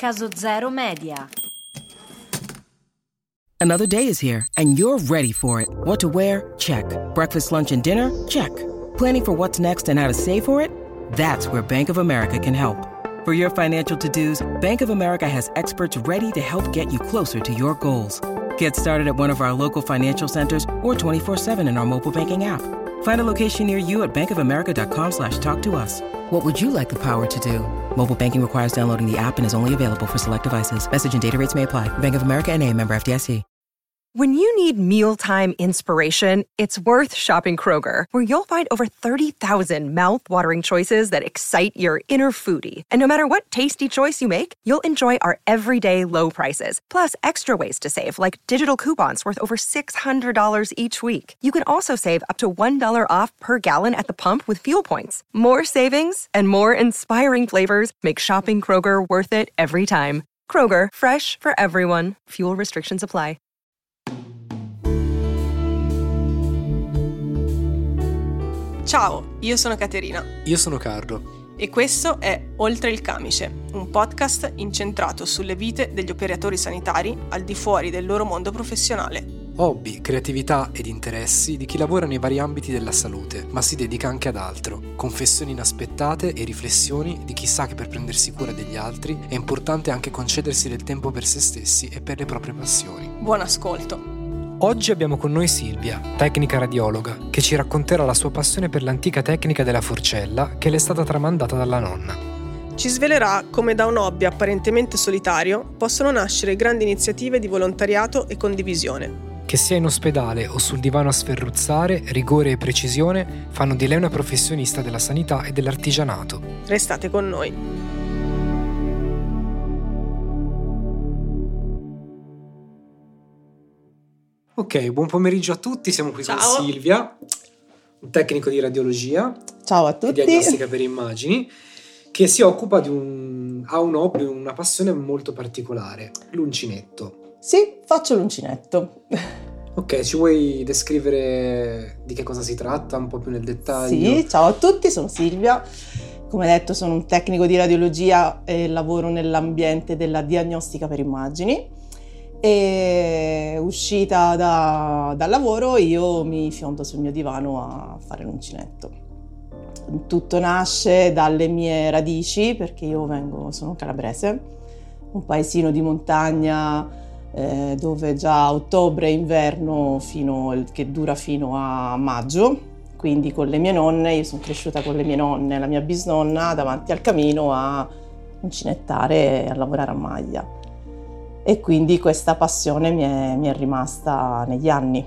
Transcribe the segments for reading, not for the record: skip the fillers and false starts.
Caso Zero Media. Another day is here, and you're ready for it. What to wear? Check. Breakfast, lunch, and dinner? Check. Planning for what's next and how to save for it? That's where Bank of America can help. For your financial to-dos, Bank of America has experts ready to help get you closer to your goals. Get started at one of our local financial centers or 24/7 in our mobile banking app. Find a location near you at bankofamerica.com/talktous. What would you like the power to do? Mobile banking requires downloading the app and is only available for select devices. Message and data rates may apply. Bank of America N.A., member FDIC. When you need mealtime inspiration, it's worth shopping Kroger, where you'll find over 30,000 mouth-watering choices that excite your inner foodie. And no matter what tasty choice you make, you'll enjoy our everyday low prices, plus extra ways to save, like digital coupons worth over $600 each week. You can also save up to $1 off per gallon at the pump with fuel points. More savings and more inspiring flavors make shopping Kroger worth it every time. Kroger, fresh for everyone. Fuel restrictions apply. Ciao, io sono Caterina. Io sono Carlo. E questo è Oltre il Camice, un podcast incentrato sulle vite degli operatori sanitari al di fuori del loro mondo professionale. Hobby, creatività ed interessi di chi lavora nei vari ambiti della salute, ma si dedica anche ad altro. Confessioni inaspettate e riflessioni di chi sa che per prendersi cura degli altri è importante anche concedersi del tempo per se stessi e per le proprie passioni. Buon ascolto. Oggi abbiamo con noi Silvia, tecnica radiologa, che ci racconterà la sua passione per l'antica tecnica della forcella che le è stata tramandata dalla nonna. Ci svelerà come da un hobby apparentemente solitario possono nascere grandi iniziative di volontariato e condivisione. Che sia in ospedale o sul divano a sferruzzare, rigore e precisione fanno di lei una professionista della sanità e dell'artigianato. Restate con noi. Ok, buon pomeriggio a tutti, siamo qui Ciao. con Silvia, un tecnico di radiologia. Ciao a e tutti. diagnostica per immagini, che si occupa ha un hobby, una passione molto particolare, l'uncinetto. Sì, faccio l'uncinetto. Ok, ci vuoi descrivere di che cosa si tratta un po' più nel dettaglio? Sì, ciao a tutti, sono Silvia. Come detto, sono un tecnico di radiologia e lavoro nell'ambiente della diagnostica per immagini. E uscita dal lavoro io mi fiondo sul mio divano a fare l'uncinetto. Tutto nasce dalle mie radici, perché sono calabrese, un paesino di montagna dove già ottobre è inverno che dura fino a maggio, quindi con le mie nonne, io sono cresciuta con le mie nonne, la mia bisnonna davanti al camino a uncinettare e a lavorare a maglia. E quindi questa passione mi è rimasta negli anni.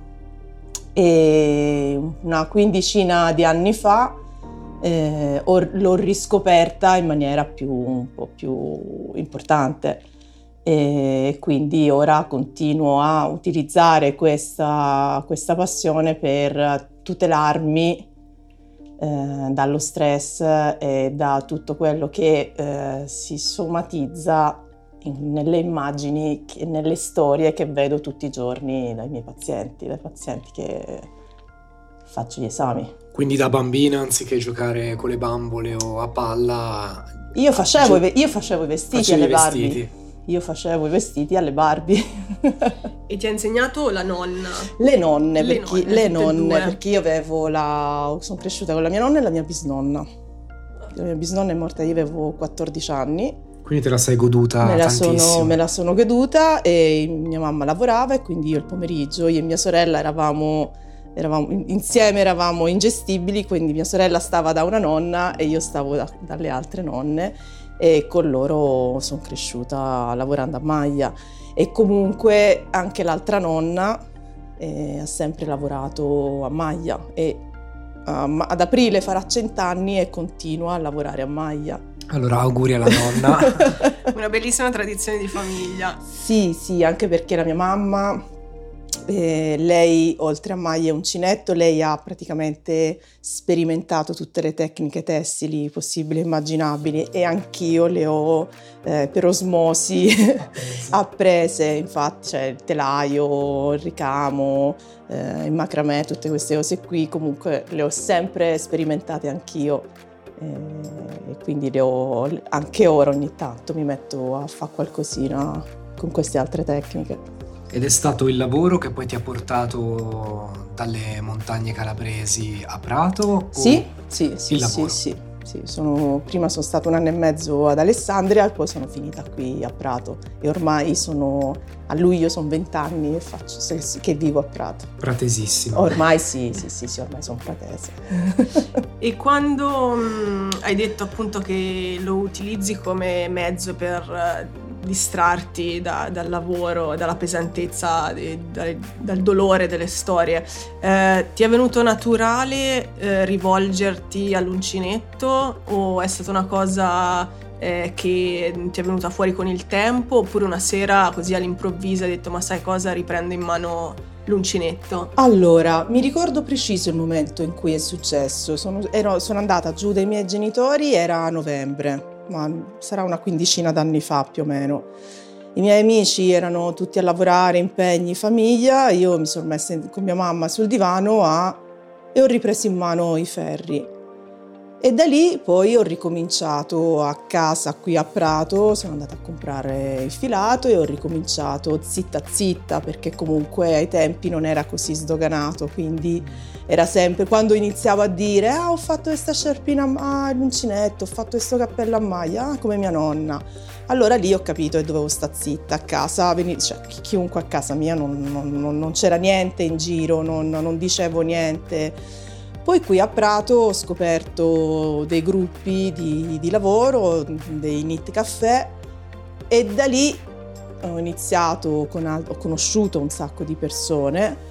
E una quindicina di anni fa l'ho riscoperta in maniera un po' più importante. E quindi ora continuo a utilizzare questa passione per tutelarmi dallo stress e da tutto quello che si somatizza nelle immagini e nelle storie che vedo tutti i giorni dai pazienti che faccio gli esami. Quindi da bambina, anziché giocare con le bambole o a palla, io facevo i vestiti alle Barbie. Io facevo i vestiti alle Barbie. E ti ha insegnato la nonna? Le nonne, perché io sono cresciuta con la mia nonna e la mia bisnonna. La mia bisnonna è morta, io avevo 14 anni. Quindi te la sei goduta tantissimo. Me la sono goduta e mia mamma lavorava e quindi io il pomeriggio, io e mia sorella eravamo insieme, eravamo ingestibili, quindi mia sorella stava da una nonna e io stavo dalle altre nonne e con loro sono cresciuta lavorando a maglia. E comunque anche l'altra nonna ha sempre lavorato a maglia e ad aprile farà 100 anni e continua a lavorare a maglia. Allora auguri alla nonna. Una bellissima tradizione di famiglia. Sì, anche perché la mia mamma, lei oltre a maglia e uncinetto, lei ha praticamente sperimentato tutte le tecniche tessili possibili e immaginabili e anch'io le ho per osmosi apprese, infatti c'è il telaio, il ricamo, il macramè, tutte queste cose qui, comunque le ho sempre sperimentate anch'io. e quindi anche ora ogni tanto mi metto a fare qualcosina con queste altre tecniche. Ed è stato il lavoro che poi ti ha portato dalle montagne calabresi a Prato? Sì. Prima sono stata 1 anno e mezzo ad Alessandria e poi sono finita qui a Prato e ormai a luglio sono 20 anni che vivo a Prato. Pratesissimo. Ormai sì, ormai sono pratese. E quando hai detto appunto che lo utilizzi come mezzo per distrarti dal lavoro, dalla pesantezza, dal dolore delle storie, ti è venuto naturale rivolgerti all'uncinetto o è stata una cosa che ti è venuta fuori con il tempo, oppure una sera così all'improvviso hai detto ma sai cosa, riprendo in mano l'uncinetto? Allora, mi ricordo preciso il momento in cui è successo. Sono andata giù dai miei genitori, era a novembre, ma sarà una 15 d'anni fa più o meno. I miei amici erano tutti a lavorare, impegni, famiglia, io mi sono messa con mia mamma sul divano e ho ripreso in mano i ferri. E da lì poi ho ricominciato a casa qui a Prato, sono andata a comprare il filato e ho ricominciato zitta zitta, perché comunque ai tempi non era così sdoganato, quindi era sempre quando iniziavo a dire ho fatto questa sciarpina all'uncinetto, ho fatto questo cappello a maglia, come mia nonna. Allora lì ho capito che dovevo stare zitta a casa, chiunque a casa mia non c'era niente in giro, non dicevo niente. Poi qui a Prato ho scoperto dei gruppi di lavoro, dei Knit Café, e da lì ho conosciuto un sacco di persone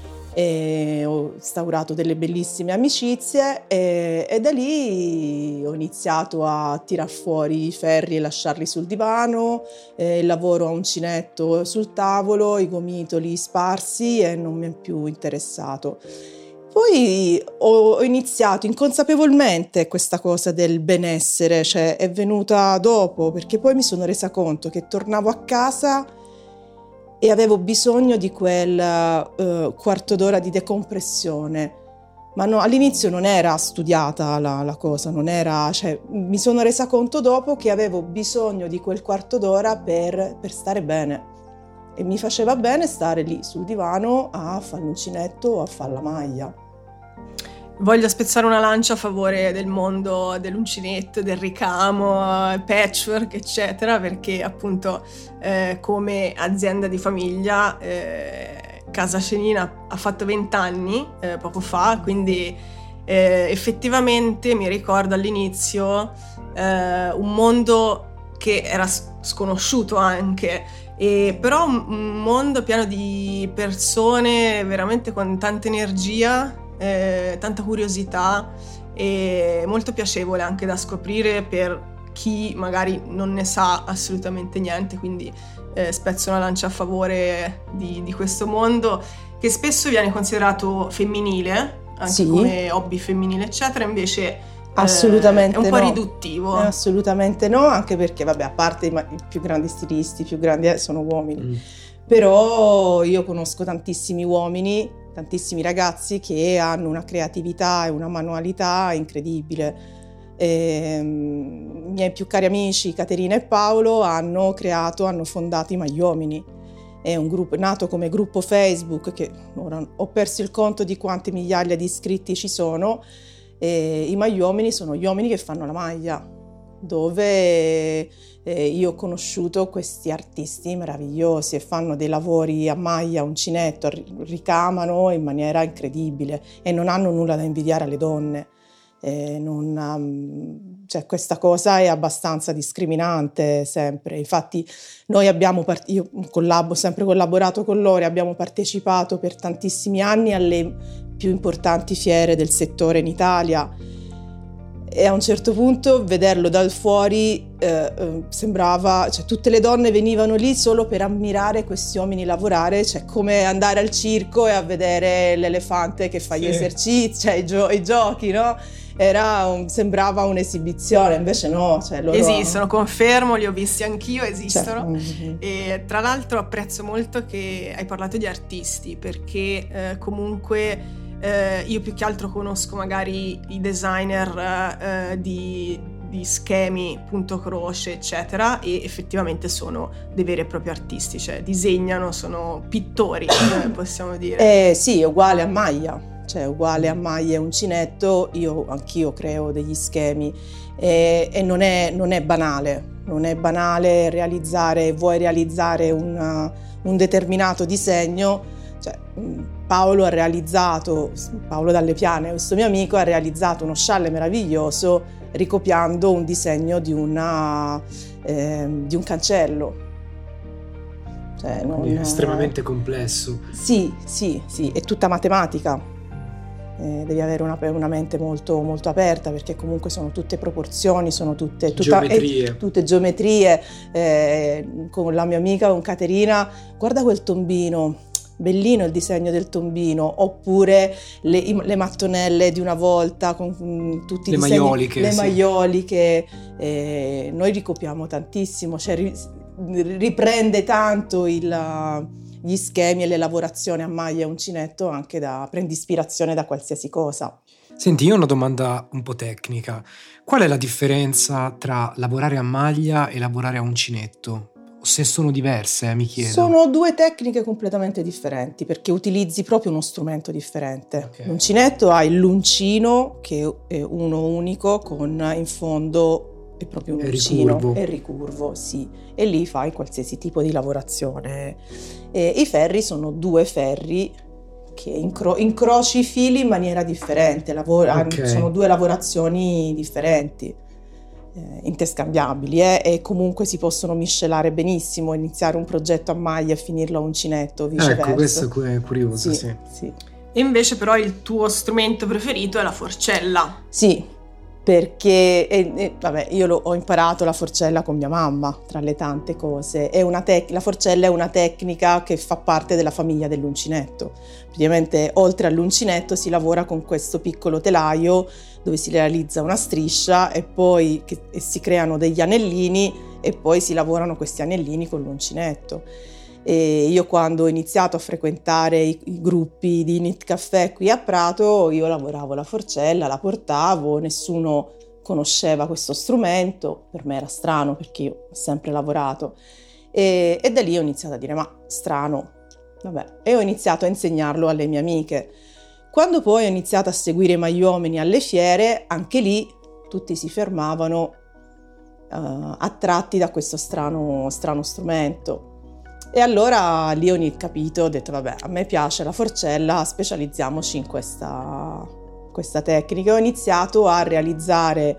e ho instaurato delle bellissime amicizie e da lì ho iniziato a tirar fuori i ferri e lasciarli sul divano, il lavoro a uncinetto sul tavolo, i gomitoli sparsi, e non mi è più interessato. Poi ho iniziato inconsapevolmente questa cosa del benessere, cioè è venuta dopo, perché poi mi sono resa conto che tornavo a casa e avevo bisogno di quel quarto d'ora di decompressione. Ma no, all'inizio non era studiata la cosa, mi sono resa conto dopo che avevo bisogno di quel quarto d'ora per stare bene. E mi faceva bene stare lì sul divano a fare l'uncinetto o a fare la maglia. Voglio spezzare una lancia a favore del mondo dell'uncinetto, del ricamo, patchwork, eccetera, perché appunto come azienda di famiglia Casa Scenina ha fatto 20 anni poco fa, quindi effettivamente mi ricordo all'inizio un mondo che era sconosciuto anche, però un mondo pieno di persone veramente con tanta energia, tanta curiosità, e molto piacevole anche da scoprire per chi magari non ne sa assolutamente niente, quindi spezzo una lancia a favore di questo mondo che spesso viene considerato femminile, anche sì, come hobby femminile eccetera, invece assolutamente è un po' no. Riduttivo. Assolutamente no, anche perché vabbè, a parte i più grandi stilisti, i più grandi sono uomini, però io conosco tantissimi uomini, tantissimi ragazzi che hanno una creatività e una manualità incredibile. I miei più cari amici Caterina e Paolo hanno fondato i Magliuomini. È un gruppo nato come gruppo Facebook, che ora ho perso il conto di quante migliaia di iscritti ci sono. I Magliuomini sono gli uomini che fanno la maglia, dove io ho conosciuto questi artisti meravigliosi e fanno dei lavori a maglia, uncinetto, ricamano in maniera incredibile e non hanno nulla da invidiare alle donne. Questa cosa è abbastanza discriminante sempre. Infatti noi io ho sempre collaborato con loro, abbiamo partecipato per tantissimi anni alle più importanti fiere del settore in Italia, e a un certo punto vederlo dal fuori sembrava, tutte le donne venivano lì solo per ammirare questi uomini lavorare, come andare al circo e a vedere l'elefante che fa gli esercizi, i giochi, no? Sembrava un'esibizione, invece no. Loro esistono, confermo, li ho visti anch'io, esistono. E tra l'altro apprezzo molto che hai parlato di artisti, perché comunque io più che altro conosco magari i designer di schemi, punto croce, eccetera, e effettivamente sono dei veri e propri artisti, cioè disegnano, sono pittori, possiamo dire. Sì, è uguale a maglia, cioè uguale a maglia e uncinetto, anch'io creo degli schemi e non è banale vuoi realizzare un determinato disegno, cioè Paolo Dalle Piane, questo mio amico, ha realizzato uno scialle meraviglioso ricopiando un disegno di un cancello. Cioè, è estremamente complesso. Sì, è tutta matematica. Devi avere una mente molto, molto aperta, perché comunque sono tutte proporzioni, sono tutte geometrie. Con la mia amica, con Caterina, guarda quel tombino, bellino il disegno del tombino, oppure le mattonelle di una volta con tutti i disegni, le maioliche. Noi ricopiamo tantissimo, cioè riprende tanto gli schemi e le lavorazioni a maglia e uncinetto, prendi ispirazione da qualsiasi cosa. Senti, io ho una domanda un po' tecnica. Qual è la differenza tra lavorare a maglia e lavorare a uncinetto? Se sono diverse, mi chiedo. Sono due tecniche completamente differenti, perché utilizzi proprio uno strumento differente. Okay. L'uncinetto hai l'uncino, che è uno unico, con in fondo è proprio un uncino, è ricurvo, sì. E lì fai qualsiasi tipo di lavorazione. I ferri sono due ferri che incroci i fili in maniera differente, sono due lavorazioni differenti. Interscambiabili e comunque si possono miscelare benissimo, iniziare un progetto a maglia e finirlo a uncinetto, viceversa. Ecco, questo è curioso, sì. E invece però il tuo strumento preferito è la forcella. Sì, perché io ho imparato la forcella con mia mamma, tra le tante cose. La forcella è una tecnica che fa parte della famiglia dell'uncinetto. Praticamente oltre all'uncinetto si lavora con questo piccolo telaio dove si realizza una striscia e poi si creano degli anellini e poi si lavorano questi anellini con l'uncinetto. E io quando ho iniziato a frequentare i gruppi di Knit Café qui a Prato, io lavoravo la forcella, la portavo, nessuno conosceva questo strumento, per me era strano perché io ho sempre lavorato e da lì ho iniziato a dire ma strano, e ho iniziato a insegnarlo alle mie amiche. Quando poi ho iniziato a seguire i magliuomini alle fiere, anche lì tutti si fermavano attratti da questo strano strumento. E allora lì ho capito, ho detto a me piace la forcella, specializziamoci in questa tecnica. Ho iniziato a realizzare,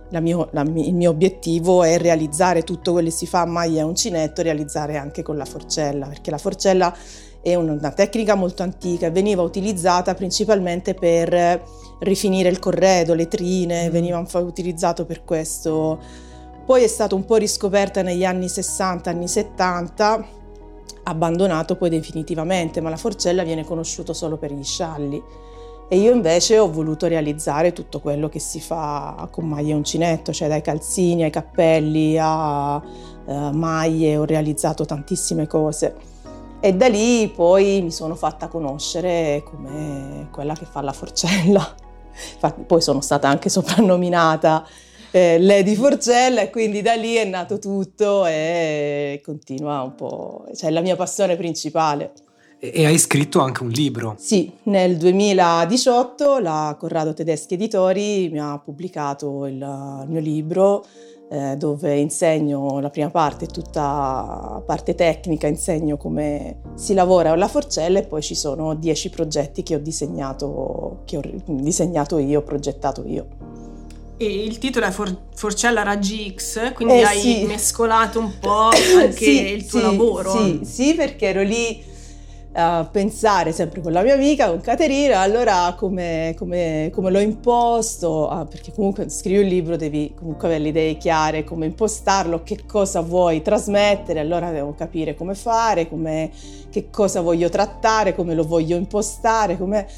il mio obiettivo è realizzare tutto quello che si fa a maglia e uncinetto, realizzare anche con la forcella, perché la forcella è una tecnica molto antica e veniva utilizzata principalmente per rifinire il corredo, le trine, veniva utilizzato per questo. Poi è stata un po' riscoperta negli anni 60, anni 70, abbandonato poi definitivamente, ma la forcella viene conosciuta solo per gli scialli. E io invece ho voluto realizzare tutto quello che si fa con maglia e uncinetto, cioè dai calzini ai cappelli a maglie, ho realizzato tantissime cose. E da lì poi mi sono fatta conoscere come quella che fa la forcella. Infatti, poi sono stata anche soprannominata Lady Forcella e quindi da lì è nato tutto e continua un po', cioè è la mia passione principale. E hai scritto anche un libro? Sì, nel 2018 la Corrado Tedeschi Editori mi ha pubblicato il mio libro dove insegno la prima parte, tutta parte tecnica, insegno come si lavora con la forcella e poi ci sono 10 progetti che ho disegnato io, progettato io. E il titolo è Forcella Raggi X, quindi hai mescolato un po' anche il tuo lavoro. Sì, perché ero lì a pensare sempre con la mia amica, con Caterina, allora come l'ho imposto, perché comunque quando scrivi un libro devi comunque avere le idee chiare, come impostarlo, che cosa vuoi trasmettere, allora devo capire come fare, che cosa voglio trattare, come lo voglio impostare,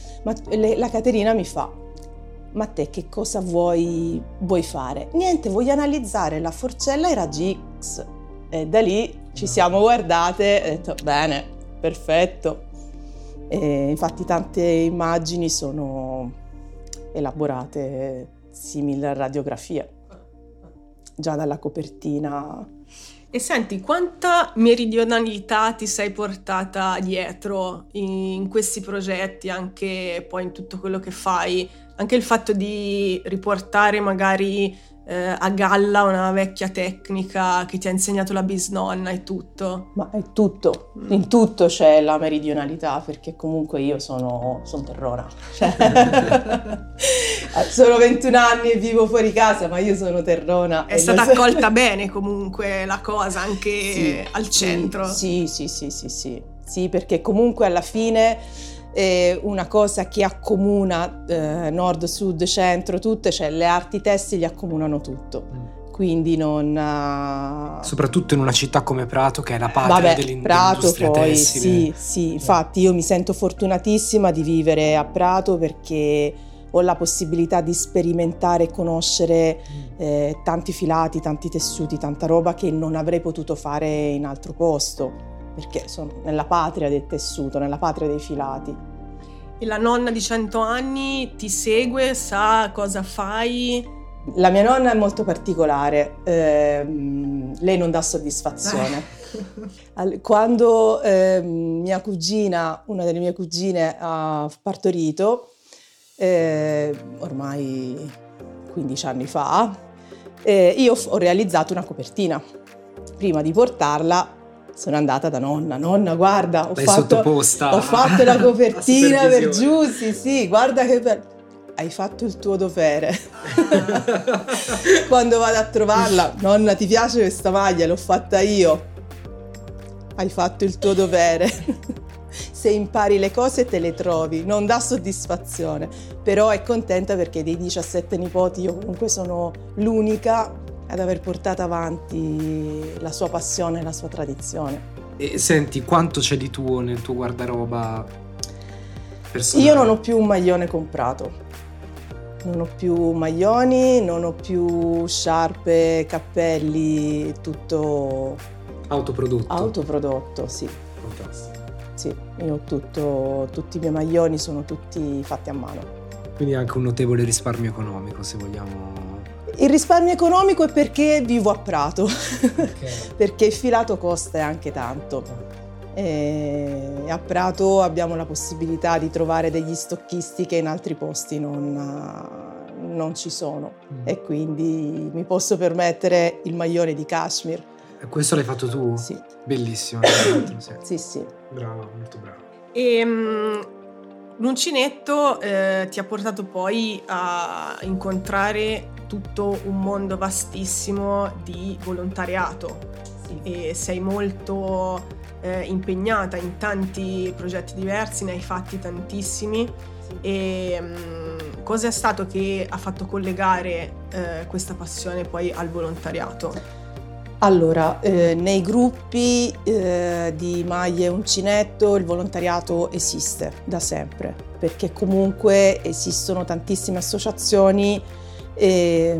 la Caterina mi fa: ma te che cosa vuoi fare? Niente, voglio analizzare la forcella e i raggi X. E da lì ci siamo guardate e ho detto bene, perfetto. E infatti tante immagini sono elaborate simili a radiografia, già dalla copertina. E senti, quanta meridionalità ti sei portata dietro in questi progetti, anche poi in tutto quello che fai? Anche il fatto di riportare magari a galla una vecchia tecnica che ti ha insegnato la bisnonna e tutto? Ma è tutto, in tutto c'è la meridionalità, perché comunque io sono terrona. Sono 21 anni e vivo fuori casa, ma io sono terrona. È stata accolta bene comunque la cosa, anche sì, al centro. Sì, perché comunque alla fine una cosa che accomuna nord, sud, centro, tutte, cioè le arti tessili accomunano tutto. Quindi non... Soprattutto in una città come Prato, che è la patria dell'industria tessile. Sì, infatti io mi sento fortunatissima di vivere a Prato, perché ho la possibilità di sperimentare e conoscere tanti filati, tanti tessuti, tanta roba che non avrei potuto fare in altro posto, perché sono nella patria del tessuto, nella patria dei filati. E la nonna di 100 anni ti segue, sa cosa fai? La mia nonna è molto particolare, lei non dà soddisfazione. Quando mia cugina, una delle mie cugine, ha partorito, ormai 15 anni fa, io ho realizzato una copertina. Prima di portarla sono andata da nonna, guarda, ho fatto la copertina per giù, sì, guarda che bello. Hai fatto il tuo dovere. Quando vado a trovarla, nonna, ti piace questa maglia? L'ho fatta io. Hai fatto il tuo dovere. Se impari le cose te le trovi, non dà soddisfazione, però è contenta perché dei 17 nipoti io comunque sono l'unica ad aver portato avanti la sua passione e la sua tradizione. E senti, quanto c'è di tuo nel tuo guardaroba personale? Io non ho più un maglione comprato, non ho più maglioni, non ho più sciarpe, cappelli, tutto autoprodotto, sì. Fantastico. Sì, io ho tutti i miei maglioni sono tutti fatti a mano. Quindi anche un notevole risparmio economico, se vogliamo. Il risparmio economico è perché vivo a Prato, Okay. perché il filato costa anche tanto. E a Prato abbiamo la possibilità di trovare degli stocchisti che in altri posti non ci sono, e quindi mi posso permettere il maglione di cashmere. E questo l'hai fatto tu? Sì. Bellissimo. Sì. Brava, molto brava. E l'uncinetto ti ha portato poi a incontrare tutto un mondo vastissimo di volontariato. Sì. E sei molto impegnata in tanti progetti diversi, ne hai fatti tantissimi. Sì. E cosa è stato che ha fatto collegare questa passione poi al volontariato? Allora, nei gruppi di maglie uncinetto il volontariato esiste da sempre, perché comunque esistono tantissime associazioni che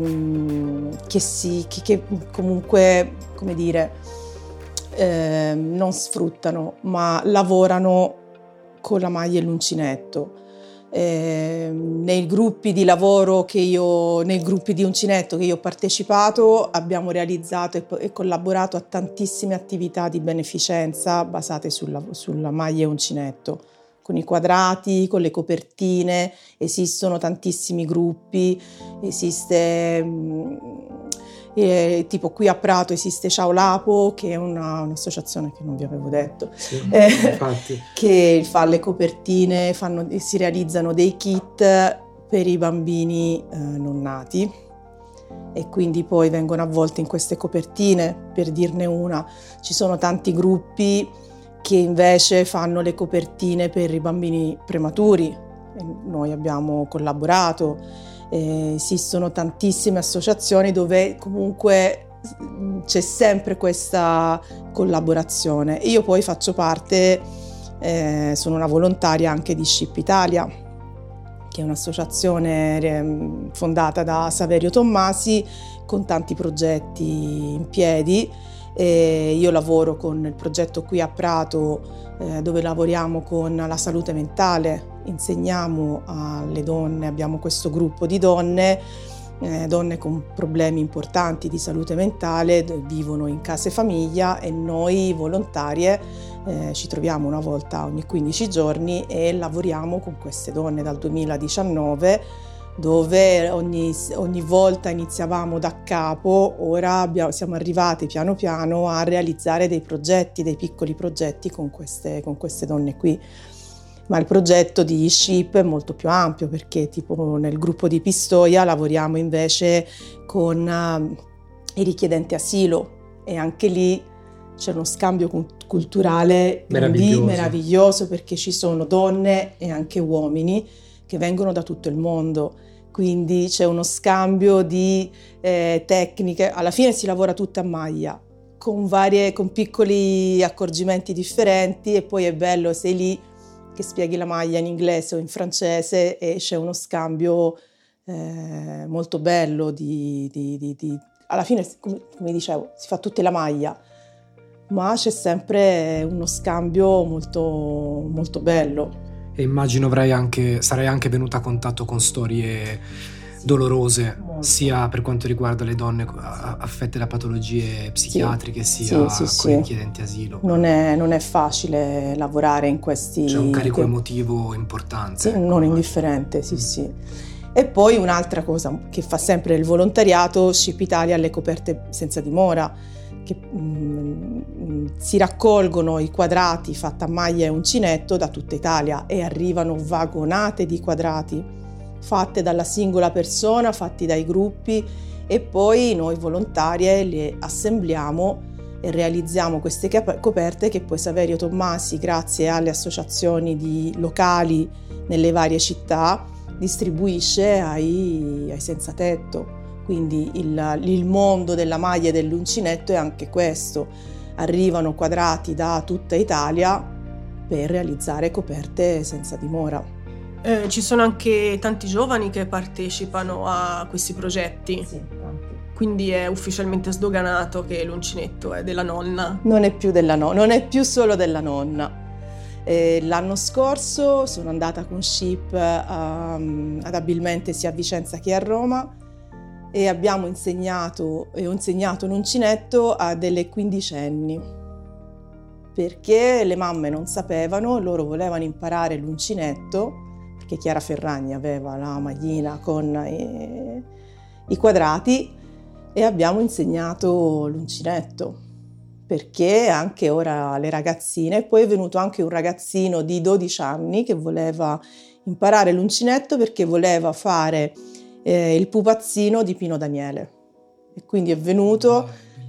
comunque, come dire, non sfruttano, ma lavorano con la maglia e l'uncinetto. Nei gruppi di lavoro nei gruppi di uncinetto che io ho partecipato, abbiamo realizzato e collaborato a tantissime attività di beneficenza basate sulla maglia e uncinetto, con i quadrati, con le copertine. Esistono tantissimi gruppi, esiste tipo qui a Prato esiste Ciao Lapo, che è un'associazione che non vi avevo detto, sì, infatti. Che fa le copertine, si realizzano dei kit per i bambini non nati, e quindi poi vengono avvolti in queste copertine. Per dirne una, ci sono tanti gruppi che invece fanno le copertine per i bambini prematuri, e noi abbiamo collaborato. Esistono tantissime associazioni dove comunque c'è sempre questa collaborazione. Io poi faccio parte, sono una volontaria anche di Ship Italia, che è un'associazione fondata da Saverio Tommasi, con tanti progetti in piedi, E io lavoro con il progetto qui a Prato, dove lavoriamo con la salute mentale, insegniamo alle donne, abbiamo questo gruppo di donne con problemi importanti di salute mentale, vivono in case famiglia, e noi volontarie ci troviamo una volta ogni 15 giorni e lavoriamo con queste donne dal 2019, dove ogni volta iniziavamo da capo. Ora siamo arrivati piano piano a realizzare dei piccoli progetti con queste donne qui. Ma il progetto di SHIP è molto più ampio, perché tipo nel gruppo di Pistoia lavoriamo invece con i richiedenti asilo, e anche lì c'è uno scambio culturale meraviglioso, perché ci sono donne e anche uomini che vengono da tutto il mondo, quindi c'è uno scambio di tecniche. Alla fine si lavora tutta a maglia, con piccoli accorgimenti differenti, e poi è bello, sei lì che spieghi la maglia in inglese o in francese, e c'è uno scambio molto bello alla fine, come dicevo, si fa tutti la maglia, ma c'è sempre uno scambio molto, molto bello. E immagino sarai anche venuta a contatto con storie dolorose, molto, sia per quanto riguarda le donne affette da patologie psichiatriche, sia con i richiedenti asilo. Non è facile lavorare in questi... C'è un carico emotivo importante. Sì, non indifferente, sì. E poi un'altra cosa che fa sempre il volontariato, SHIP Italia, le coperte senza dimora, che si raccolgono i quadrati fatti a maglia e uncinetto da tutta Italia, e arrivano vagonate di quadrati fatte dalla singola persona, fatti dai gruppi, e poi noi volontarie le assembliamo e realizziamo queste coperte che poi Saverio Tommasi, grazie alle associazioni locali nelle varie città, distribuisce ai senza tetto. Quindi il mondo della maglia e dell'uncinetto è anche questo: arrivano quadrati da tutta Italia per realizzare coperte senza dimora. Ci sono anche tanti giovani che partecipano a questi progetti. Sì, tanti. Quindi è ufficialmente sdoganato che l'uncinetto è della nonna. Non è più più solo della nonna. L'anno scorso sono andata con SHIP ad Abilmente, sia a Vicenza che a Roma, e ho insegnato l'uncinetto a delle quindicenni, perché le mamme non sapevano, loro volevano imparare l'uncinetto, perché Chiara Ferragni aveva la maglina con i quadrati, e abbiamo insegnato l'uncinetto, perché anche ora le ragazzine. Poi è venuto anche un ragazzino di 12 anni che voleva imparare l'uncinetto perché voleva fare il pupazzino di Pino Daniele, e quindi è venuto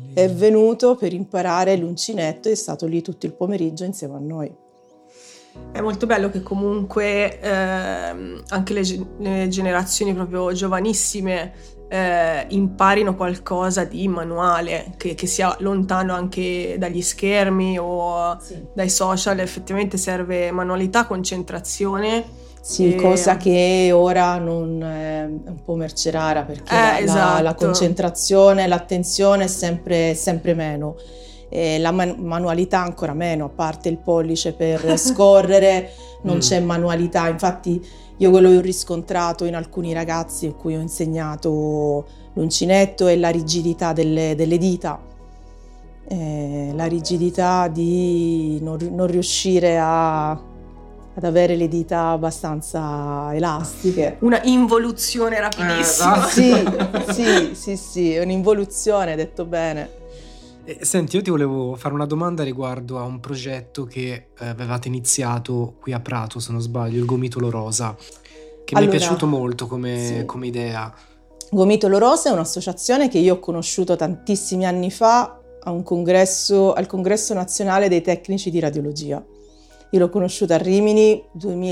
per imparare l'uncinetto, e è stato lì tutto il pomeriggio insieme a noi. È molto bello che comunque anche le generazioni proprio giovanissime imparino qualcosa di manuale, che sia lontano anche dagli schermi o dai social. Effettivamente serve manualità, concentrazione. Sì, cosa che ora non è un po' merce rara, perché esatto. La concentrazione, l'attenzione è sempre meno. La manualità ancora meno, a parte il pollice per scorrere, non c'è manualità. Infatti io quello che ho riscontrato in alcuni ragazzi a cui ho insegnato l'uncinetto è la rigidità delle dita, la rigidità di non riuscire ad avere le dita abbastanza elastiche. Una involuzione rapidissima. Sì, è un'involuzione, detto bene. Senti, io ti volevo fare una domanda riguardo a un progetto che avevate iniziato qui a Prato, se non sbaglio, il Gomitolo Rosa, che mi è piaciuto molto come idea. Gomitolo Rosa è un'associazione che io ho conosciuto tantissimi anni fa al Congresso Nazionale dei Tecnici di Radiologia. Io l'ho conosciuta a Rimini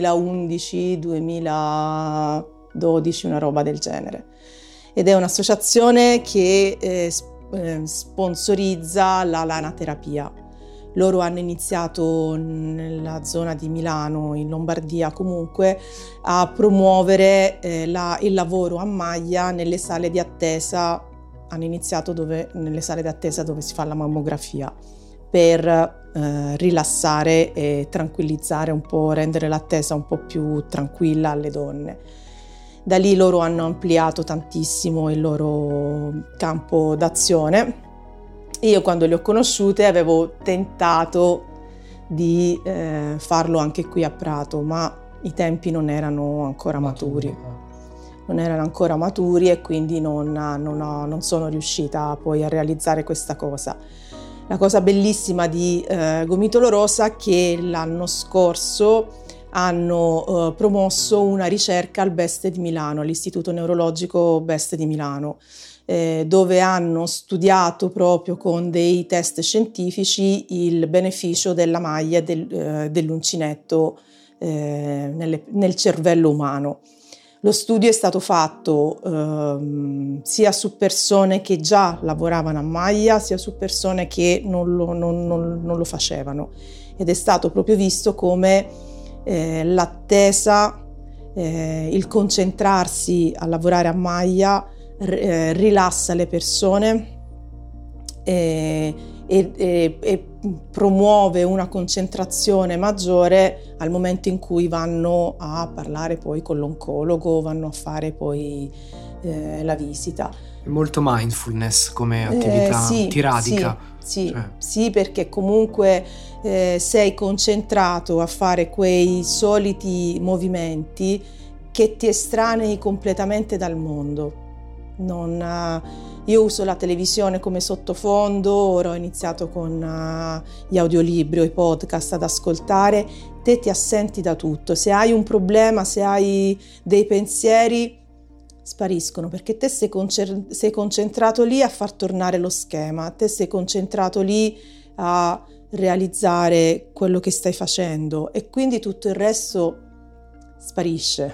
2011-2012, una roba del genere. Ed è un'associazione che sponsorizza la lanaterapia. Loro hanno iniziato nella zona di Milano, in Lombardia comunque, a promuovere il lavoro a maglia nelle sale di attesa hanno iniziato nelle sale d'attesa dove si fa la mammografia, per rilassare e tranquillizzare un po', rendere l'attesa un po' più tranquilla alle donne. Da lì loro hanno ampliato tantissimo il loro campo d'azione. Io quando le ho conosciute avevo tentato di farlo anche qui a Prato, ma i tempi non erano ancora maturi. Non erano ancora maturi e quindi non sono riuscita poi a realizzare questa cosa. La cosa bellissima di Gomitolo Rosa è che l'anno scorso hanno promosso una ricerca al BEST di Milano, all'Istituto Neurologico BEST di Milano, dove hanno studiato proprio con dei test scientifici il beneficio della maglia dell'uncinetto nel cervello umano. Lo studio è stato fatto sia su persone che già lavoravano a maglia, sia su persone che non lo facevano, ed è stato proprio visto come l'attesa, il concentrarsi a lavorare a maglia rilassa le persone e promuove una concentrazione maggiore al momento in cui vanno a parlare poi con l'oncologo, vanno a fare poi la visita. È molto mindfulness come attività, ti radica. Sì, perché comunque sei concentrato a fare quei soliti movimenti che ti estranei completamente dal mondo. Io uso la televisione come sottofondo, ora ho iniziato con gli audiolibri o i podcast ad ascoltare. Te ti assenti da tutto, se hai un problema, se hai dei pensieri, spariscono, perché te sei concentrato lì a far tornare lo schema, te sei concentrato lì a realizzare quello che stai facendo e quindi tutto il resto sparisce,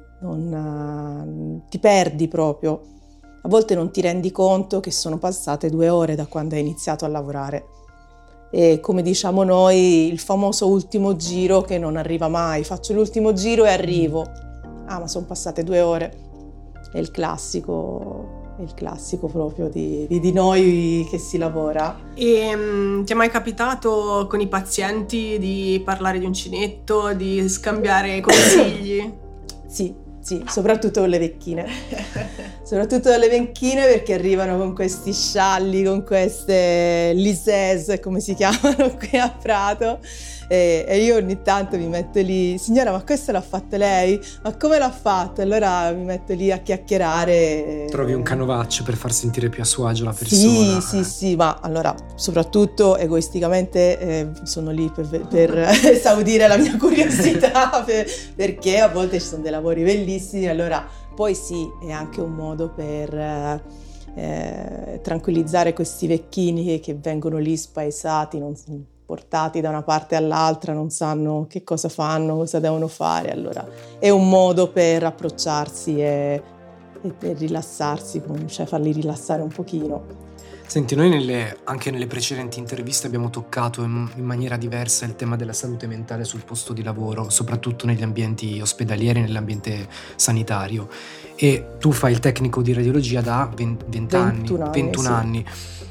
ti perdi proprio. A volte non ti rendi conto che sono passate 2 ore da quando hai iniziato a lavorare. E come diciamo noi, il famoso ultimo giro che non arriva mai. Faccio l'ultimo giro e arrivo. Ah, ma sono passate 2 ore. È il classico proprio di noi che si lavora. E ti è mai capitato con i pazienti di parlare di uncinetto, di scambiare consigli? Sì, soprattutto con le vecchine. Soprattutto con le vecchine, perché arrivano con questi scialli, con queste lisese, come si chiamano qui a Prato, e io ogni tanto mi metto lì: signora, ma questo l'ha fatto lei? Ma come l'ha fatto? Allora mi metto lì a chiacchierare. Trovi un canovaccio per far sentire più a suo agio la persona. Sì, ma allora soprattutto egoisticamente sono lì per esaudire la mia curiosità, perché a volte ci sono dei lavori bellissimi, allora poi sì, è anche un modo per tranquillizzare questi vecchini che vengono lì spaesati, portati da una parte all'altra, non sanno che cosa fanno, cosa devono fare. Allora è un modo per approcciarsi e per rilassarsi, cioè farli rilassare un pochino. Senti, noi anche nelle precedenti interviste abbiamo toccato in maniera diversa il tema della salute mentale sul posto di lavoro, soprattutto negli ambienti ospedalieri, nell'ambiente sanitario. E tu fai il tecnico di radiologia da 21 anni.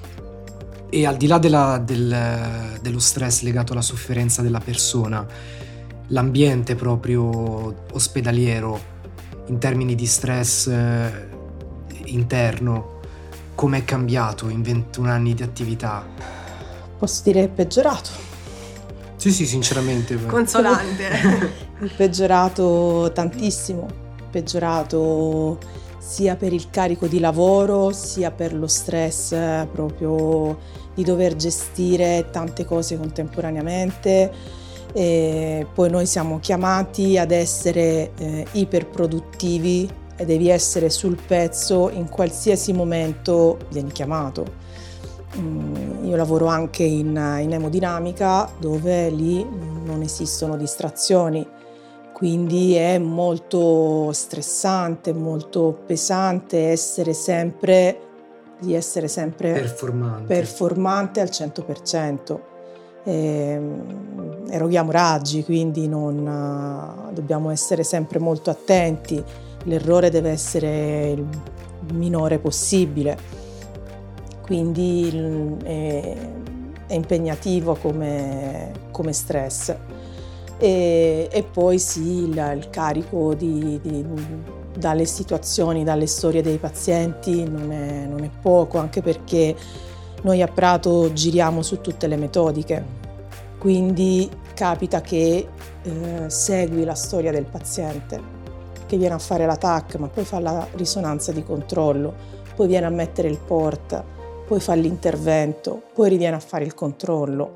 E al di là dello stress legato alla sofferenza della persona, l'ambiente proprio ospedaliero, in termini di stress interno, come è cambiato in 21 anni di attività? Posso dire è peggiorato. Sì, sinceramente. Consolante. È peggiorato tantissimo, peggiorato sia per il carico di lavoro, sia per lo stress proprio di dover gestire tante cose contemporaneamente. E poi noi siamo chiamati ad essere iperproduttivi e devi essere sul pezzo in qualsiasi momento vieni chiamato. Io lavoro anche in emodinamica, dove lì non esistono distrazioni, quindi è molto stressante, molto pesante essere sempre performante al 100%. Eroghiamo raggi, quindi dobbiamo essere sempre molto attenti. L'errore deve essere il minore possibile, quindi è impegnativo come stress. E poi sì, il carico dalle situazioni, dalle storie dei pazienti non è poco, anche perché noi a Prato giriamo su tutte le metodiche, quindi capita che segui la storia del paziente che viene a fare la TAC, ma poi fa la risonanza di controllo, poi viene a mettere il port, poi fa l'intervento, poi riviene a fare il controllo.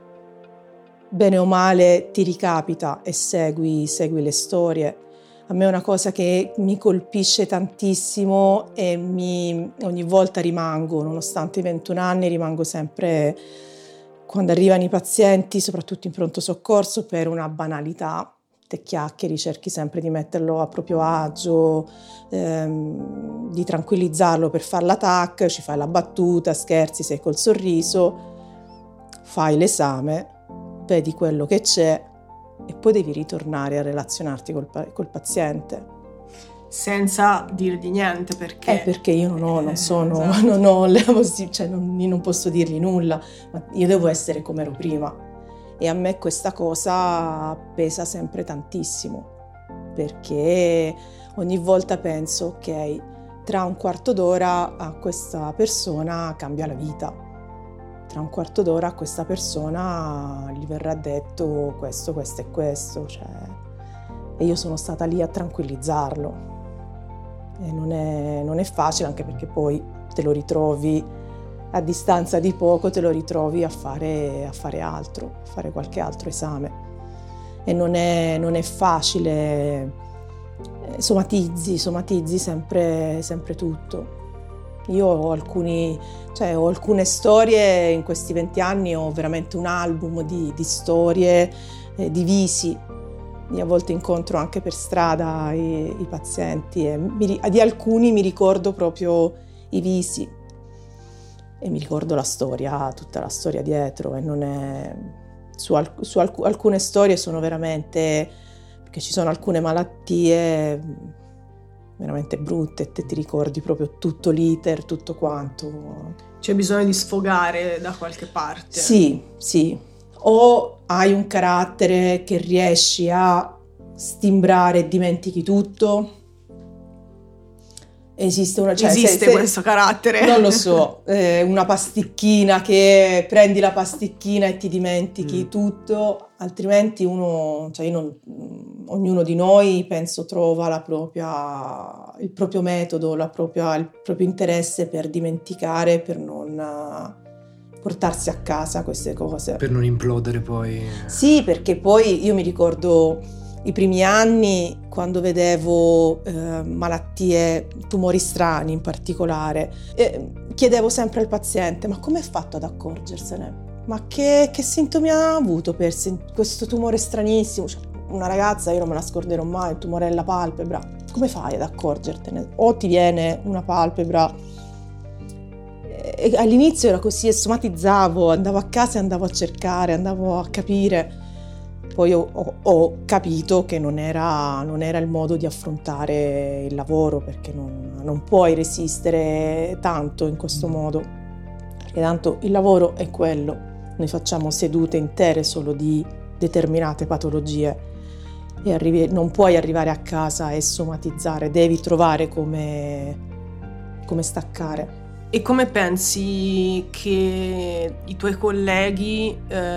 Bene o male ti ricapita e segui le storie. A me è una cosa che mi colpisce tantissimo e ogni volta rimango, nonostante i 21 anni, rimango sempre, quando arrivano i pazienti, soprattutto in pronto soccorso, per una banalità. Te chiacchieri, cerchi sempre di metterlo a proprio agio, di tranquillizzarlo per far la TAC, ci fai la battuta, scherzi, sei col sorriso, fai l'esame, vedi quello che c'è e poi devi ritornare a relazionarti col paziente. Senza dirgli niente, perché? Perché io non esatto. non posso dirgli nulla, ma io devo essere come ero prima. E a me questa cosa pesa sempre tantissimo, perché ogni volta penso, ok, tra un quarto d'ora a questa persona cambia la vita, tra un quarto d'ora a questa persona gli verrà detto questo, questo e questo, e io sono stata lì a tranquillizzarlo. E non è facile, anche perché poi te lo ritrovi a distanza di poco, te lo ritrovi a fare altro, a fare qualche altro esame. E non è facile, somatizzi sempre tutto. Io ho alcune storie, in questi 20 anni ho veramente un album di storie, di visi. Io a volte incontro anche per strada i pazienti e di alcuni mi ricordo proprio i visi. E mi ricordo la storia, tutta la storia dietro, e non è... alcune storie sono veramente... perché ci sono alcune malattie veramente brutte e te ti ricordi proprio tutto l'iter, tutto quanto. C'è bisogno di sfogare da qualche parte. Sì. O hai un carattere che riesci a stimbrare e dimentichi tutto. Esiste questo carattere? Non lo so, una pasticchina che prendi la pasticchina e ti dimentichi tutto, altrimenti ognuno di noi penso trova il proprio metodo, il proprio interesse per dimenticare, per non portarsi a casa queste cose. Per non implodere poi. Sì, perché poi io mi ricordo i primi anni, quando vedevo malattie, tumori strani in particolare, chiedevo sempre al paziente: ma come è fatto ad accorgersene? Ma che sintomi ha avuto per questo tumore stranissimo? Una ragazza, io non me la scorderò mai, il tumore alla palpebra. Come fai ad accorgertene? O ti viene una palpebra? E all'inizio era così, e somatizzavo, andavo a casa e andavo a cercare, andavo a capire. Poi ho capito che non era il modo di affrontare il lavoro, perché non puoi resistere tanto in questo modo, perché tanto il lavoro è quello. Noi facciamo sedute intere solo di determinate patologie e non puoi arrivare a casa e somatizzare, devi trovare come staccare. E come pensi che i tuoi colleghi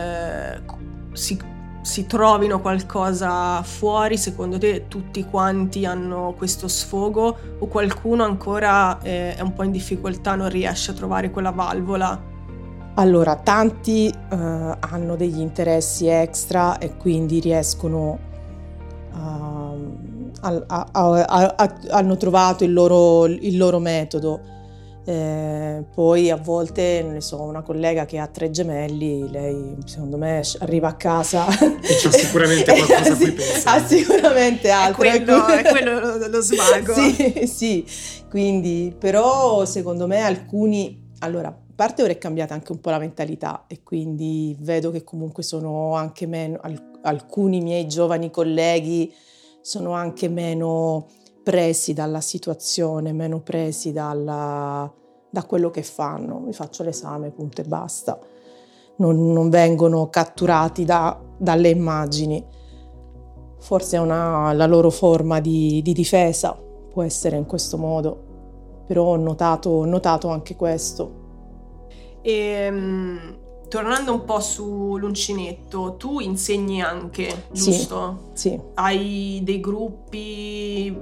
si trovino qualcosa fuori? Secondo te tutti quanti hanno questo sfogo, o qualcuno ancora è un po' in difficoltà, non riesce a trovare quella valvola? Allora, tanti hanno degli interessi extra e quindi riescono hanno trovato il loro metodo. Poi a volte, ne so, una collega che ha 3 gemelli, lei secondo me arriva a casa e c'ha sicuramente qualcosa a cui pensare. Ha sicuramente altro. È quello lo svago. Sì, quindi però secondo me alcuni, allora, a parte ora è cambiata anche un po' la mentalità e quindi vedo che comunque sono anche meno, alcuni miei giovani colleghi sono anche meno presi dalla situazione, meno presi dalla da quello che fanno. Mi faccio l'esame, punto e basta. Non vengono catturati dalle immagini. Forse è la loro forma di difesa, può essere in questo modo, però ho notato anche questo. Tornando un po' sull'uncinetto, tu insegni anche, giusto? Sì. Hai dei gruppi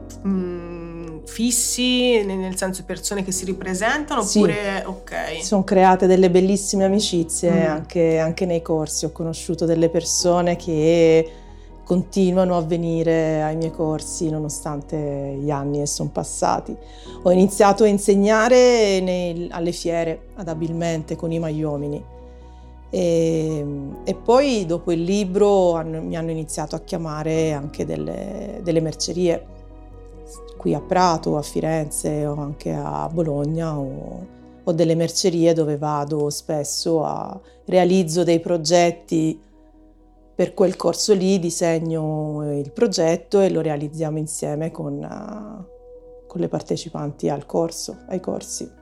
fissi, nel senso persone che si ripresentano, oppure... Sì. Ok. Si sono create delle bellissime amicizie anche nei corsi. Ho conosciuto delle persone che continuano a venire ai miei corsi nonostante gli anni che sono passati. Ho iniziato a insegnare alle fiere ad Abilmente con i Maiomini e poi dopo il libro mi hanno iniziato a chiamare anche delle mercerie qui a Prato, a Firenze o anche a Bologna. Ho delle mercerie dove vado spesso, realizzo dei progetti per quel corso lì, disegno il progetto e lo realizziamo insieme con le partecipanti ai corsi.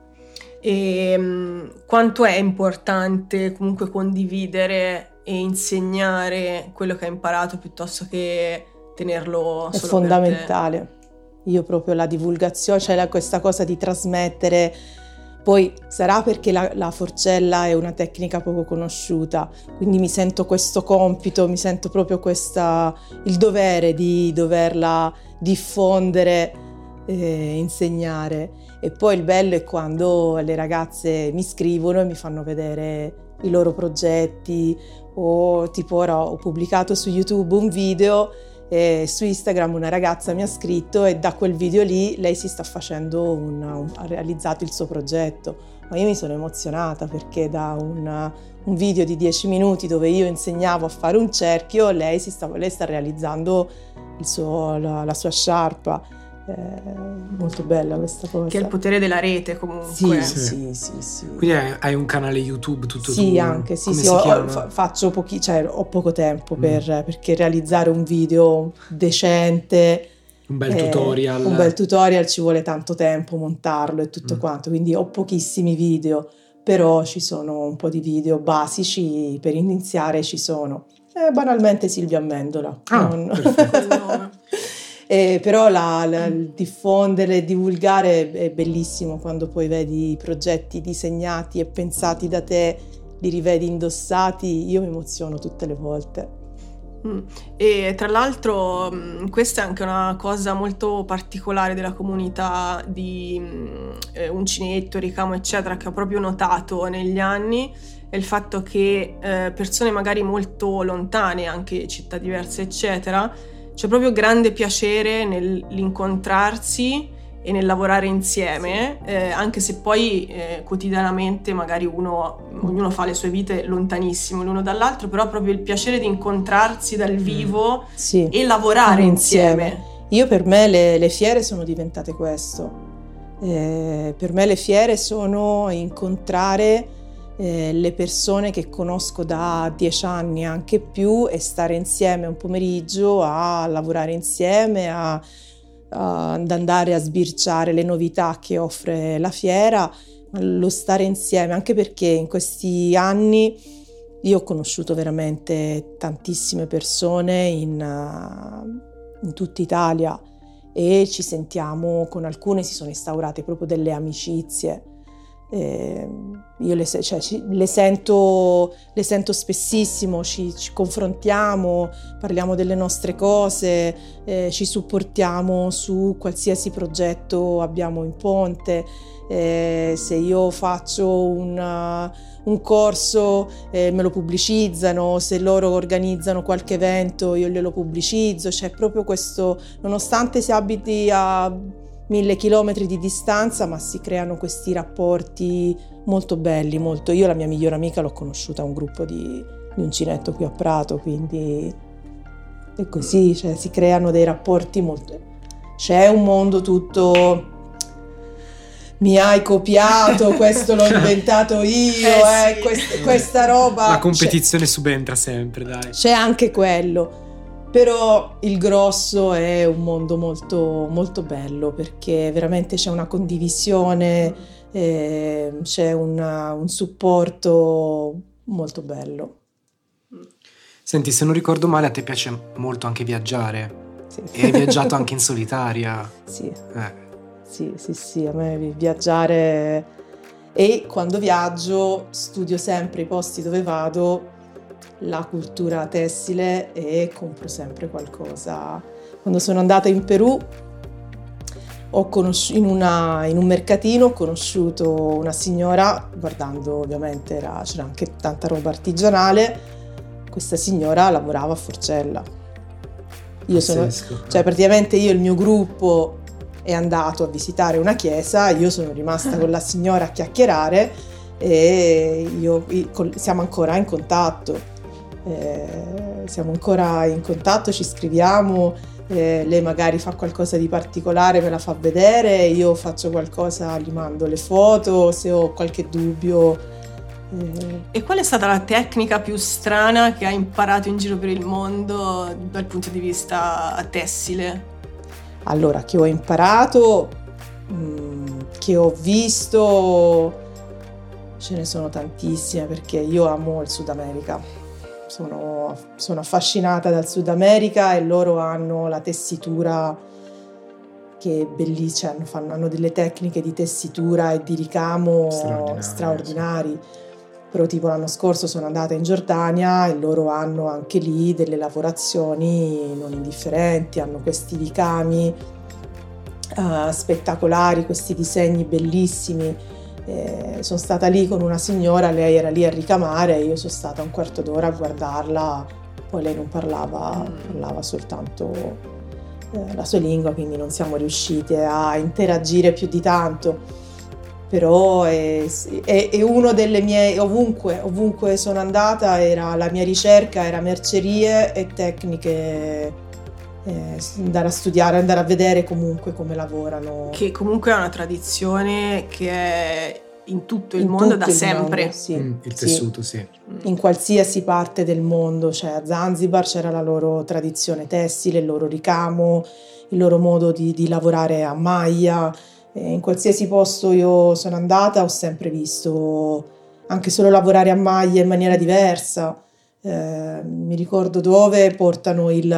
E quanto è importante comunque condividere e insegnare quello che hai imparato piuttosto che tenerlo solo È fondamentale. Io proprio la divulgazione, cioè questa cosa di trasmettere. Poi sarà perché la forcella è una tecnica poco conosciuta, quindi mi sento questo compito, mi sento proprio il dovere di doverla diffondere, insegnare. E poi il bello è quando le ragazze mi scrivono e mi fanno vedere i loro progetti, o tipo ora ho pubblicato su YouTube un video e su Instagram una ragazza mi ha scritto e da quel video lì lei si sta facendo ha realizzato il suo progetto. Ma io mi sono emozionata perché da un video di 10 minuti dove io insegnavo a fare un cerchio, lei sta realizzando la sua sciarpa. Molto bella questa cosa. Che è il potere della rete comunque. Sì. Quindi hai un canale YouTube tutto sì, tuo? Anche, sì, come sì. si chiama? Faccio ho poco tempo perché realizzare un video decente, un bel tutorial ci vuole tanto tempo, montarlo e tutto quanto, quindi ho pochissimi video, però ci sono un po' di video basici per iniziare, ci sono. Banalmente Silvia Amendola. Perfetto. Però il diffondere e divulgare è bellissimo quando poi vedi i progetti disegnati e pensati da te, li rivedi indossati, io mi emoziono tutte le volte. E tra l'altro questa è anche una cosa molto particolare della comunità di uncinetto, ricamo eccetera, che ho proprio notato negli anni, è il fatto che persone magari molto lontane, anche città diverse eccetera, c'è proprio grande piacere nell'incontrarsi e nel lavorare insieme, anche se poi quotidianamente magari ognuno fa le sue vite lontanissimo l'uno dall'altro, però proprio il piacere di incontrarsi dal vivo e lavorare insieme. Io per me le fiere sono diventate questo. Per me le fiere sono incontrare le persone che conosco da 10 anni, anche più, e stare insieme un pomeriggio a lavorare insieme, ad andare a sbirciare le novità che offre la fiera, lo stare insieme, anche perché in questi anni io ho conosciuto veramente tantissime persone in tutta Italia e ci sentiamo, con alcune si sono instaurate proprio delle amicizie. Io le sento spessissimo, ci confrontiamo, parliamo delle nostre cose, ci supportiamo su qualsiasi progetto abbiamo in ponte. Se io faccio un corso me lo pubblicizzano, se loro organizzano qualche evento io glielo pubblicizzo, c'è proprio questo, nonostante si abiti a 1000 chilometri di distanza, ma si creano questi rapporti molto belli, molto. Io la mia migliore amica l'ho conosciuta a un gruppo di uncinetto qui a Prato, quindi è così, cioè si creano dei rapporti molto. C'è un mondo tutto mi hai copiato, questo l'ho inventato io, questa roba. La competizione subentra sempre, dai. C'è anche quello. Però il grosso è un mondo molto, molto bello, perché veramente c'è una condivisione c'è un supporto molto bello. Senti, se non ricordo male, a te piace molto anche viaggiare. Sì. E hai viaggiato anche in solitaria. Sì. Sì, a me viaggiare, e quando viaggio studio sempre i posti dove vado, la cultura tessile, e compro sempre qualcosa. Quando sono andata in Perù in un mercatino ho conosciuto una signora, guardando ovviamente c'era anche tanta roba artigianale. Questa signora lavorava a Forcella. Praticamente io e il mio gruppo è andato a visitare una chiesa, io sono rimasta con la signora a chiacchierare e siamo ancora in contatto. Ci scriviamo, lei magari fa qualcosa di particolare, me la fa vedere, io faccio qualcosa, gli mando le foto, se ho qualche dubbio. E qual è stata la tecnica più strana che hai imparato in giro per il mondo dal punto di vista tessile? Allora, che ho imparato, che ho visto, ce ne sono tantissime, perché io amo il Sud America. Sono affascinata dal Sud America, e loro hanno la tessitura che è bellissima, hanno delle tecniche di tessitura e di ricamo straordinari. Però tipo l'anno scorso sono andata in Giordania e loro hanno anche lì delle lavorazioni non indifferenti, hanno questi ricami spettacolari, questi disegni bellissimi. Sono stata lì con una signora, lei era lì a ricamare, io sono stata un quarto d'ora a guardarla, poi lei non parlava soltanto la sua lingua, quindi non siamo riuscite a interagire più di tanto. Però è uno delle mie, ovunque sono andata, la mia ricerca era mercerie e tecniche, andare a studiare, andare a vedere comunque come lavorano. Che comunque è una tradizione che è in tutto il mondo da sempre. Mondo, sì. Il tessuto, sì. In qualsiasi parte del mondo, cioè a Zanzibar c'era la loro tradizione tessile, il loro ricamo, il loro modo di lavorare a maglia. In qualsiasi posto io sono andata ho sempre visto anche solo lavorare a maglia in maniera diversa. Mi ricordo dove portano e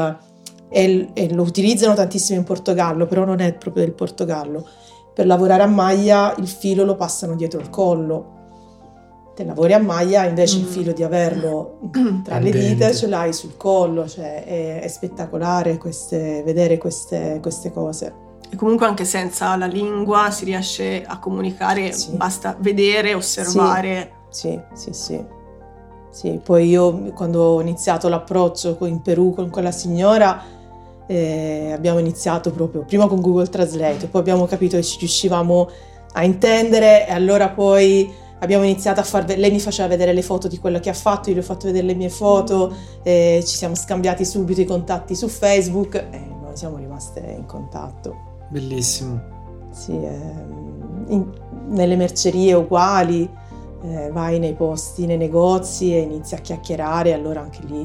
lo utilizzano tantissimo in Portogallo, però non è proprio del Portogallo. Per lavorare a maglia il filo lo passano dietro il collo. Te lavori a maglia, invece il filo di averlo tra le dita ce l'hai sul collo, cioè è spettacolare vedere queste cose. E comunque anche senza la lingua si riesce a comunicare, sì. Basta vedere, osservare. Sì. Poi io quando ho iniziato l'approccio in Perù con quella signora, abbiamo iniziato proprio prima con Google Translate, poi abbiamo capito che ci riuscivamo a intendere, e allora poi abbiamo iniziato lei mi faceva vedere le foto di quello che ha fatto, io le ho fatto vedere le mie foto, ci siamo scambiati subito i contatti su Facebook e noi siamo rimaste in contatto. Bellissimo. Sì, nelle mercerie uguali, vai nei posti, nei negozi e inizi a chiacchierare, allora anche lì.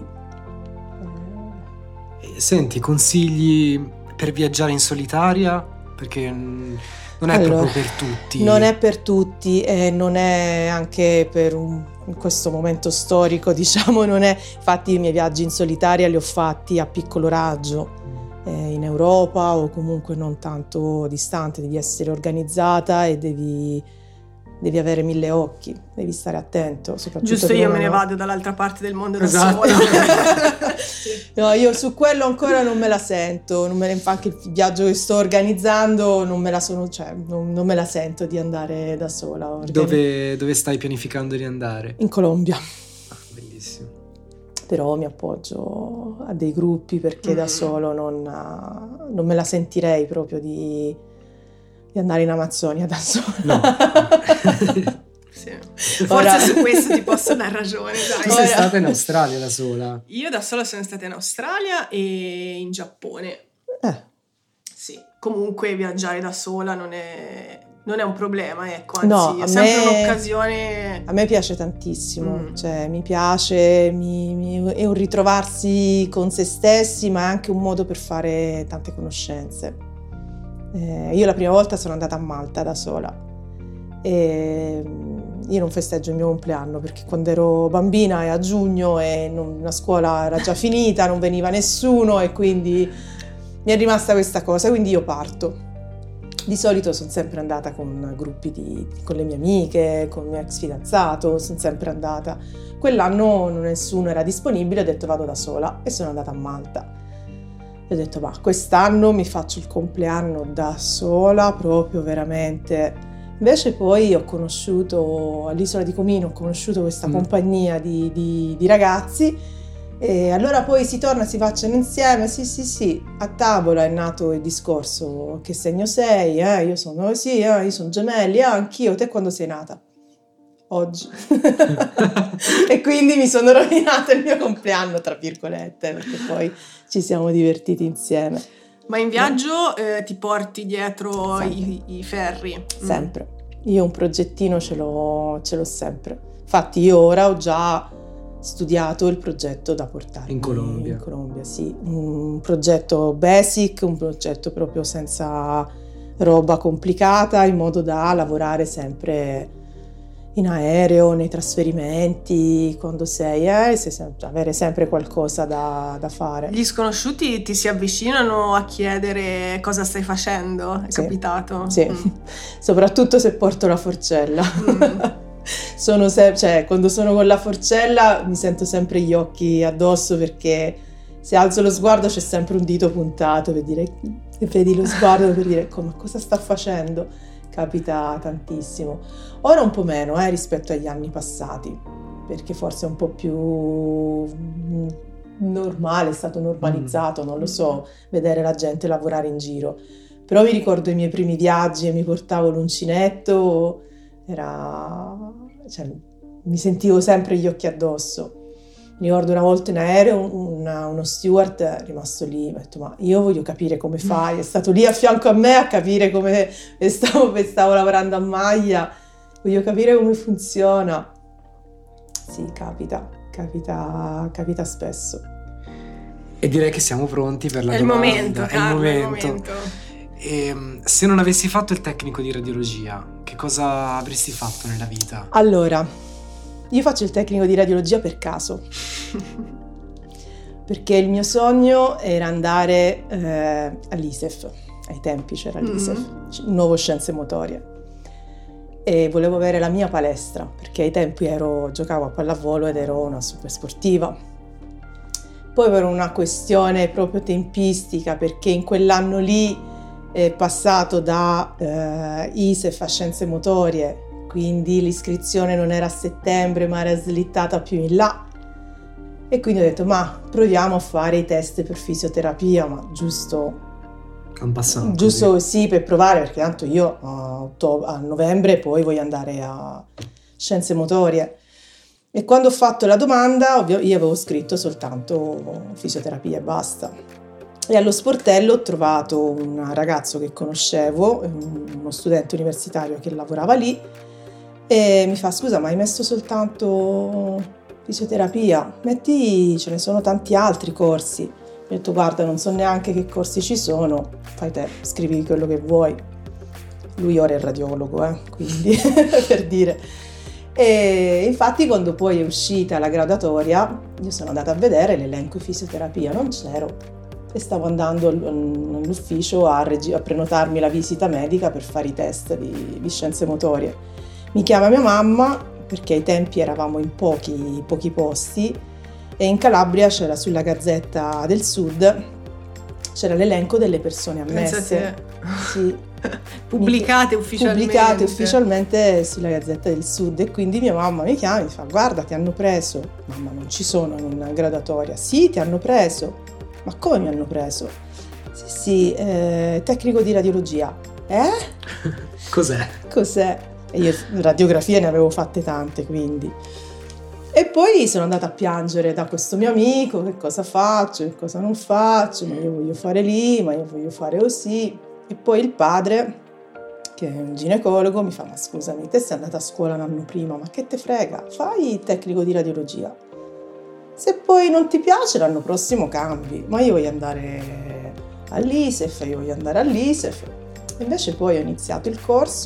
Senti, consigli per viaggiare in solitaria? Perché non è proprio per tutti. Non è per tutti e non è anche in questo momento storico, diciamo, non è. Infatti i miei viaggi in solitaria li ho fatti a piccolo raggio. In Europa o comunque non tanto distante, devi essere organizzata e devi avere 1000 occhi, devi stare attento. Giusto, io me ne vado dall'altra parte del mondo da sola. No, io su quello ancora non me la sento, anche il viaggio che sto organizzando non me la sento di andare da sola. Dove stai pianificando di andare? In Colombia. Bellissimo. Però mi appoggio a dei gruppi perché da solo non me la sentirei proprio di andare in Amazzonia da sola. No. Sì. Forse su questo ti posso dar ragione. Tu sei stata in Australia da sola? Io da sola sono stata in Australia e in Giappone. Sì, comunque viaggiare da sola non è un problema, ecco, anzi è sempre un'occasione. A me piace tantissimo, cioè mi piace, è un ritrovarsi con se stessi, ma è anche un modo per fare tante conoscenze. Io la prima volta sono andata a Malta da sola e io non festeggio il mio compleanno perché quando ero bambina è a giugno e la scuola era già finita, non veniva nessuno e quindi mi è rimasta questa cosa, quindi io parto. Di solito sono sempre andata con gruppi con le mie amiche, con il mio ex fidanzato, sono sempre andata. Quell'anno nessuno era disponibile, ho detto vado da sola e sono andata a Malta. E ho detto ma quest'anno mi faccio il compleanno da sola, proprio veramente. Invece poi ho conosciuto, all'Isola di Comino, ho conosciuto questa compagnia di ragazzi e allora poi si torna, si facciano insieme, sì, a tavola è nato il discorso che segno sei, io sono io sono gemelli, anch'io, te quando sei nata? Oggi. E quindi mi sono rovinata il mio compleanno, tra virgolette, perché poi ci siamo divertiti insieme. Ma in viaggio ti porti dietro i ferri? Sempre. Io un progettino ce l'ho sempre. Infatti io ora ho già studiato il progetto da portare in Colombia. In Colombia, sì. Un progetto basic, un progetto proprio senza roba complicata, in modo da lavorare sempre in aereo, nei trasferimenti, quando avere sempre qualcosa da fare. Gli sconosciuti ti si avvicinano a chiedere cosa stai facendo? È capitato? Sì, soprattutto se porto la forcella. Quando sono con la forcella mi sento sempre gli occhi addosso perché se alzo lo sguardo c'è sempre un dito puntato per dire, e vedi lo sguardo per dire ma cosa sta facendo? Capita tantissimo. Ora un po' meno rispetto agli anni passati, perché forse è un po' più normale, è stato normalizzato, non lo so, vedere la gente lavorare in giro. Però mi ricordo i miei primi viaggi e mi portavo l'uncinetto, mi sentivo sempre gli occhi addosso. Mi ricordo una volta in aereo uno steward è rimasto lì, mi ha detto ma io voglio capire come fai, è stato lì a fianco a me a capire come stavo lavorando a maglia, voglio capire come funziona. Sì, capita spesso. E direi che siamo pronti per la è domanda. È il momento. E, se non avessi fatto il tecnico di radiologia, che cosa avresti fatto nella vita? Allora, io faccio il tecnico di radiologia per caso, perché il mio sogno era andare all'ISEF, ai tempi c'era l'ISEF, Nuovo Scienze Motorie, e volevo avere la mia palestra, perché ai tempi giocavo a pallavolo ed ero una super sportiva. Poi per una questione proprio tempistica, perché in quell'anno lì è passato da ISEF a Scienze Motorie, quindi l'iscrizione non era a settembre ma era slittata più in là e quindi ho detto ma proviamo a fare i test per fisioterapia, ma giusto sì, per provare, perché tanto io a novembre poi voglio andare a Scienze Motorie. E quando ho fatto la domanda io avevo scritto soltanto fisioterapia e basta. E allo sportello ho trovato un ragazzo che conoscevo, uno studente universitario che lavorava lì, e mi fa scusa ma hai messo soltanto fisioterapia? Ce ne sono tanti altri corsi. Mi ho detto guarda non so neanche che corsi ci sono, fai te, scrivi quello che vuoi. Lui ora è radiologo, quindi per dire. E infatti quando poi è uscita la graduatoria io sono andata a vedere l'elenco di fisioterapia, non c'ero e stavo andando all'ufficio a prenotarmi la visita medica per fare i test di scienze motorie. Mi chiama mia mamma, perché ai tempi eravamo in pochi posti, e in Calabria c'era sulla Gazzetta del Sud, c'era l'elenco delle persone ammesse. Sì. Pubblicate ufficialmente sulla Gazzetta del Sud, e quindi mia mamma mi chiama e mi fa guarda ti hanno preso. Mamma non ci sono in graduatoria. Sì, ti hanno preso. Ma come mi hanno preso? Sì, tecnico di radiologia. Cos'è? E io radiografie ne avevo fatte tante, quindi. E poi sono andata a piangere da questo mio amico, che cosa faccio, che cosa non faccio, ma io voglio fare lì, ma io voglio fare così. E poi il padre, che è un ginecologo, mi fa ma scusami, te sei andata a scuola un anno prima, ma che te frega, fai il tecnico di radiologia. Se poi non ti piace l'anno prossimo cambi, ma io voglio andare all'ISEF. Invece poi ho iniziato il corso,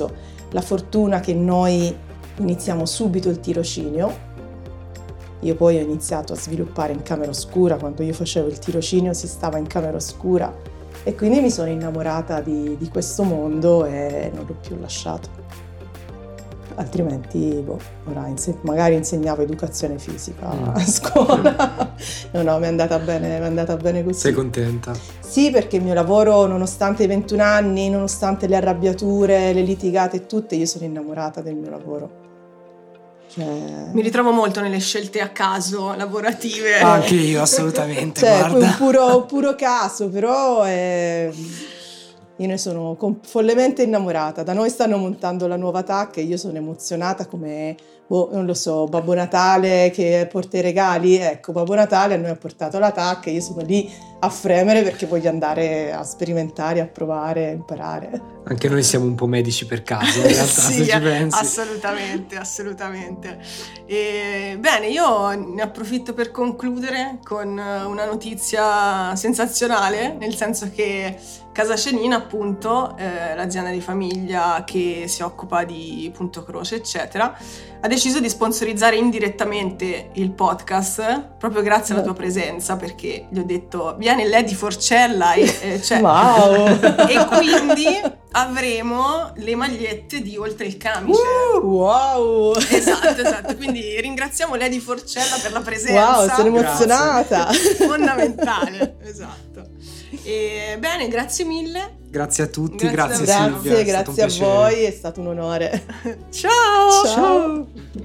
la fortuna che noi iniziamo subito il tirocinio. Io poi ho iniziato a sviluppare in camera oscura, quando io facevo il tirocinio si stava in camera oscura e quindi mi sono innamorata di questo mondo e non l'ho più lasciato. Altrimenti ora magari insegnavo educazione fisica a scuola. No, mi è andata bene così. Sei contenta? Sì, perché il mio lavoro, nonostante i 21 anni, nonostante le arrabbiature, le litigate e tutte, io sono innamorata del mio lavoro. Mi ritrovo molto nelle scelte a caso lavorative. Anche io, assolutamente. Guarda. Un puro caso, però io ne sono follemente innamorata. Da noi stanno montando la nuova TAC e io sono emozionata come, non lo so, Babbo Natale che porta i regali. Ecco, Babbo Natale a noi ha portato la TAC e io sono lì a fremere perché voglio andare a sperimentare, a provare, a imparare. Anche noi siamo un po' medici per caso, in realtà, sì, se ci pensi. Assolutamente. Bene, io ne approfitto per concludere con una notizia sensazionale, nel senso che Casa Scianina, appunto, l'azienda di famiglia che si occupa di Punto Croce, eccetera, ha deciso di sponsorizzare indirettamente il podcast proprio grazie alla tua presenza, perché gli ho detto vieni Lady Forcella wow. E quindi avremo le magliette di Oltre il Camice. Wow! Esatto, quindi ringraziamo Lady Forcella per la presenza. Wow, sono emozionata! Fondamentale, esatto. E bene, grazie mille. Grazie a tutti, Grazie Silvia. Grazie a voi, è stato un onore. Ciao!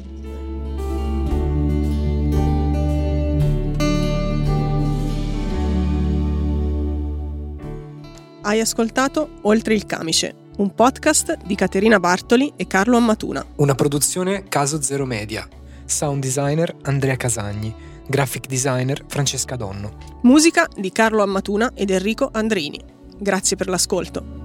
Hai ascoltato Oltre il Camice, un podcast di Caterina Bartoli e Carlo Ammatuna. Una produzione Caso Zero Media. Sound designer Andrea Casagni. Graphic designer Francesca Donno. Musica di Carlo Ammatuna ed Enrico Andrini. Grazie per l'ascolto.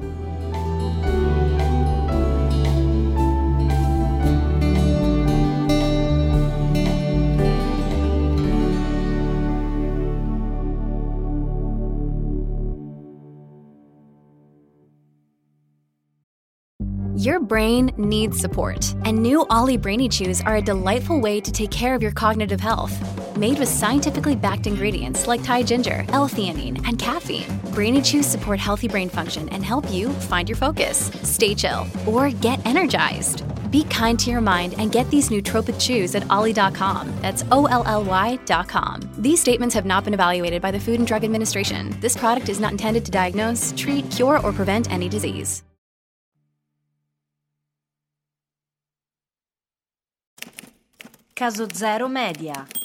Your brain needs support, and new Ollie Brainy Chews are a delightful way to take care of your cognitive health. Made with scientifically backed ingredients like Thai ginger, L-theanine, and caffeine, Brainy Chews support healthy brain function and help you find your focus, stay chill, or get energized. Be kind to your mind and get these nootropic chews at ollie.com. That's OLLY.com. These statements have not been evaluated by the Food and Drug Administration. This product is not intended to diagnose, treat, cure, or prevent any disease. Caso Zero Media.